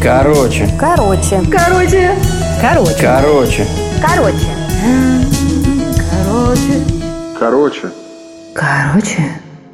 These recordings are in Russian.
Короче. Короче. Короче. Короче. Короче. Короче. Короче. Короче.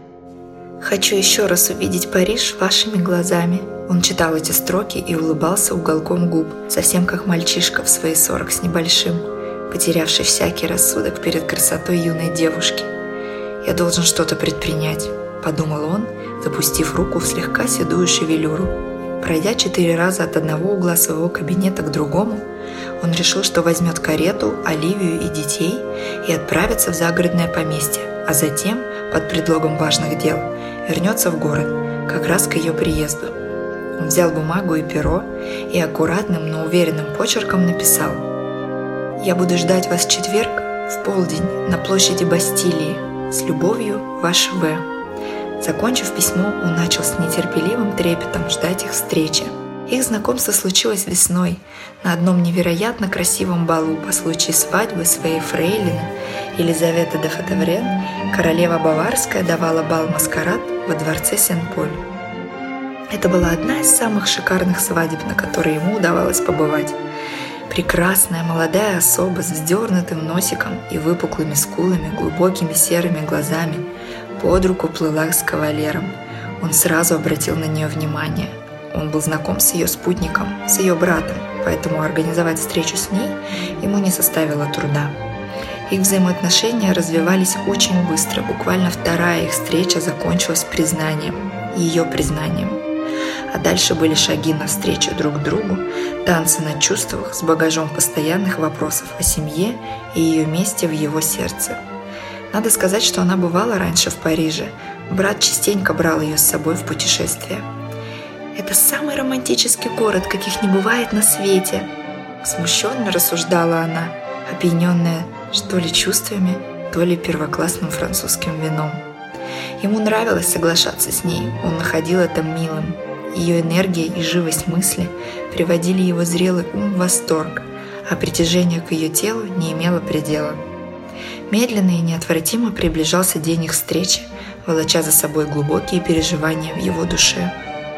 Хочу еще раз увидеть Париж вашими глазами. Он читал эти строки и улыбался уголком губ, совсем как мальчишка в свои 40 с небольшим, потерявший всякий рассудок перед красотой юной девушки. «Я должен что-то предпринять», — подумал он, запустив руку в слегка седую шевелюру. Пройдя 4 раза от одного угла своего кабинета к другому, он решил, что возьмет карету, Оливию и детей и отправится в загородное поместье, а затем, под предлогом важных дел, вернется в город, как раз к ее приезду. Он взял бумагу и перо и аккуратным, но уверенным почерком написал: «Я буду ждать вас в четверг в полдень на площади Бастилии. С любовью, ваш В». Закончив письмо, он начал с нетерпеливым трепетом ждать их встречи. Их знакомство случилось весной на одном невероятно красивом балу по случаю свадьбы своей фрейлины Елизаветы де Фатаврен. Королева Баварская давала бал-маскарад во дворце Сен-Поль. Это была одна из самых шикарных свадеб, на которой ему удавалось побывать. Прекрасная молодая особа с вздернутым носиком и выпуклыми скулами, глубокими серыми глазами под руку плыла с кавалером. Он сразу обратил на нее внимание. Он был знаком с ее спутником, с ее братом, поэтому организовать встречу с ней ему не составило труда. Их взаимоотношения развивались очень быстро, буквально вторая их встреча закончилась признанием, ее признанием. А дальше были шаги навстречу друг другу, танцы на чувствах с багажом постоянных вопросов о семье и ее месте в его сердце. Надо сказать, что она бывала раньше в Париже. Брат частенько брал ее с собой в путешествия. «Это самый романтический город, каких не бывает на свете», — смущенно рассуждала она, опьяненная то ли чувствами, то ли первоклассным французским вином. Ему нравилось соглашаться с ней, он находил это милым. Ее энергия и живость мысли приводили его зрелый ум в восторг, а притяжение к ее телу не имело предела. Медленно и неотвратимо приближался день их встречи, волоча за собой глубокие переживания в его душе.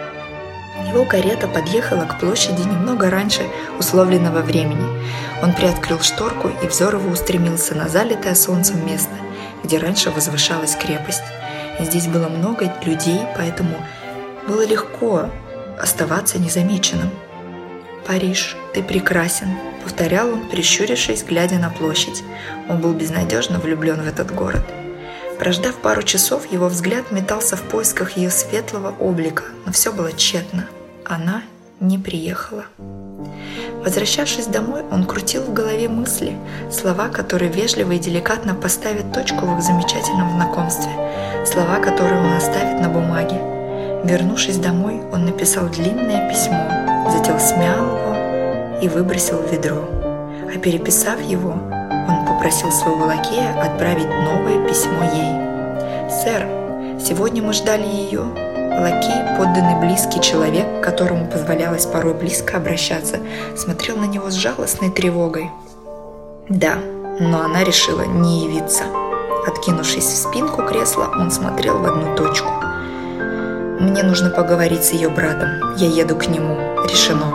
Его карета подъехала к площади немного раньше условленного времени. Он приоткрыл шторку, и взор его устремился на залитое солнцем место, где раньше возвышалась крепость. Здесь было много людей, поэтому было легко оставаться незамеченным. «Париж, ты прекрасен», — повторял он, прищурившись, глядя на площадь. Он был безнадежно влюблен в этот город. Прождав пару часов, его взгляд метался в поисках ее светлого облика, но все было тщетно. Она не приехала. Возвращавшись домой, он крутил в голове мысли, слова, которые вежливо и деликатно поставят точку в их замечательном знакомстве, слова, которые он оставит на бумаге. Вернувшись домой, он написал длинное письмо, затем смял его и выбросил в ведро. А переписав его, он попросил своего лакея отправить новое письмо ей. «Сэр, сегодня мы ждали ее». Лакей, подданный близкий человек, которому позволялось порой близко обращаться, смотрел на него с жалостной тревогой. Да, но она решила не явиться. Откинувшись в спинку кресла, он смотрел в одну точку. «Мне нужно поговорить с ее братом. Я еду к нему. Решено».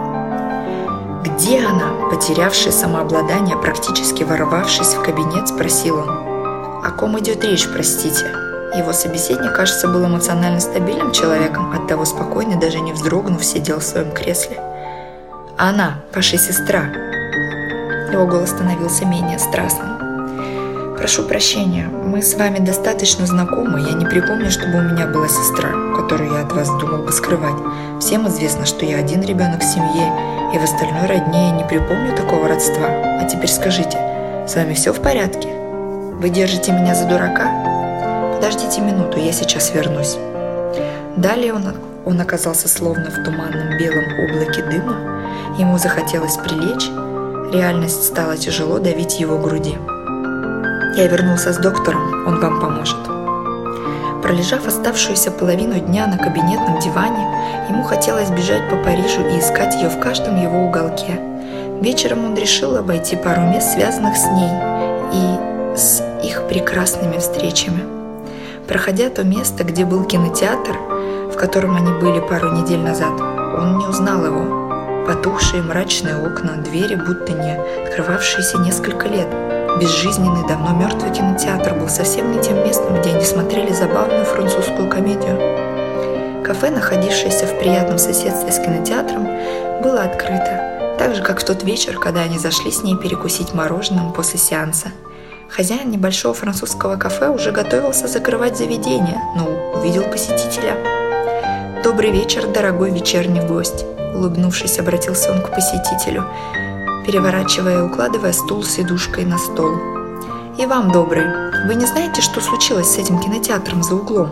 «Где она?» Потерявший самообладание, практически ворвавшись в кабинет, спросил он. «О ком идет речь, простите?» Его собеседник, кажется, был эмоционально стабильным человеком, оттого спокойно, даже не вздрогнув, сидел в своем кресле. «Она, ваша сестра». Его голос становился менее страстным. «Прошу прощения, мы с вами достаточно знакомы, я не припомню, чтобы у меня была сестра, которую я от вас думал бы скрывать. Всем известно, что я один ребенок в семье, и в остальной родне я не припомню такого родства. А теперь скажите, с вами все в порядке? Вы держите меня за дурака? Подождите минуту, я сейчас вернусь». Далее он оказался словно в туманном белом облаке дыма. Ему захотелось прилечь. Реальность стала тяжело давить в его груди. «Я вернулся с доктором, он вам поможет». Пролежав оставшуюся половину дня на кабинетном диване, ему хотелось бежать по Парижу и искать ее в каждом его уголке. Вечером он решил обойти пару мест, связанных с ней и с их прекрасными встречами. Проходя то место, где был кинотеатр, в котором они были пару недель назад. Он не узнал его. Потухшие мрачные окна, двери, будто не открывавшиеся несколько лет. Безжизненный, давно мертвый кинотеатр был совсем не тем местом, где они смотрели забавную французскую комедию. Кафе, находившееся в приятном соседстве с кинотеатром, было открыто, так же, как в тот вечер, когда они зашли с ней перекусить мороженым после сеанса. Хозяин небольшого французского кафе уже готовился закрывать заведение, но увидел посетителя. «Добрый вечер, дорогой вечерний гость», — улыбнувшись, обратился он к посетителю, переворачивая и укладывая стул с сидушкой на стол. «И вам добрый. Вы не знаете, что случилось с этим кинотеатром за углом?»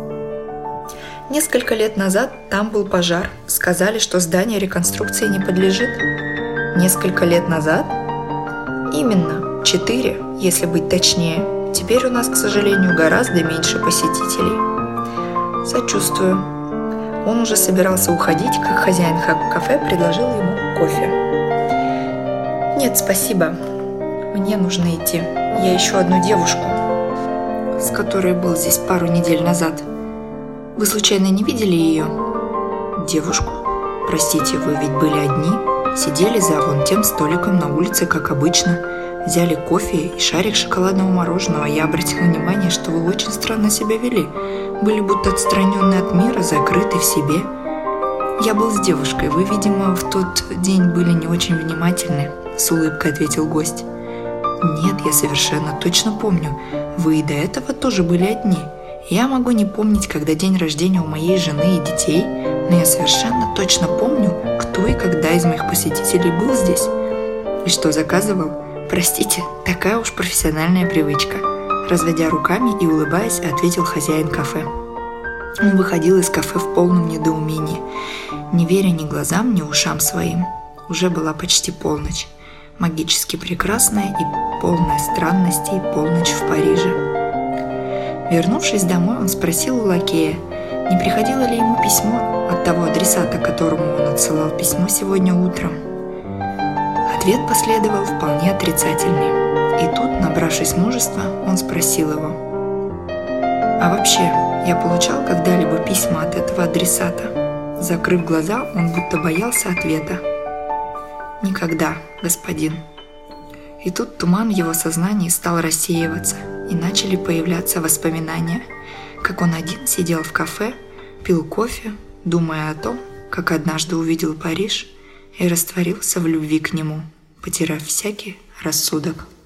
«Несколько лет назад там был пожар. Сказали, что здание реконструкции не подлежит». «Несколько лет назад?» «Именно. 4, если быть точнее. Теперь у нас, к сожалению, гораздо меньше посетителей». «Сочувствую». Он уже собирался уходить, как хозяин кафе предложил ему кофе. «Нет, спасибо. Мне нужно идти. Я ищу одну девушку, с которой был здесь пару недель назад. Вы случайно не видели ее?» «Девушку? Простите, вы ведь были одни? Сидели за вон тем столиком на улице, как обычно. Взяли кофе и шарик шоколадного мороженого. Я обратила внимание, что вы очень странно себя вели. Были будто отстранены от мира, закрыты в себе. Я был с девушкой. Вы, видимо, в тот день были не очень внимательны», — с улыбкой ответил гость. «Нет, я совершенно точно помню. Вы и до этого тоже были одни. Я могу не помнить, когда день рождения у моей жены и детей, но я совершенно точно помню, кто и когда из моих посетителей был здесь. И что заказывал. Простите, такая уж профессиональная привычка», — разводя руками и улыбаясь, ответил хозяин кафе. Он выходил из кафе в полном недоумении, не веря ни глазам, ни ушам своим. Уже была почти полночь, магически прекрасная и полная странностей полночь в Париже. Вернувшись домой, он спросил у лакея, не приходило ли ему письмо от того адресата, которому он отсылал письмо сегодня утром. Ответ последовал вполне отрицательный. И тут, набравшись мужества, он спросил его: «А вообще, я получал когда-либо письма от этого адресата?» Закрыв глаза, он будто боялся ответа. «Никогда, господин». И тут туман в его сознании стал рассеиваться, и начали появляться воспоминания, как он один сидел в кафе, пил кофе, думая о том, как однажды увидел Париж и растворился в любви к нему, потеряв всякий рассудок.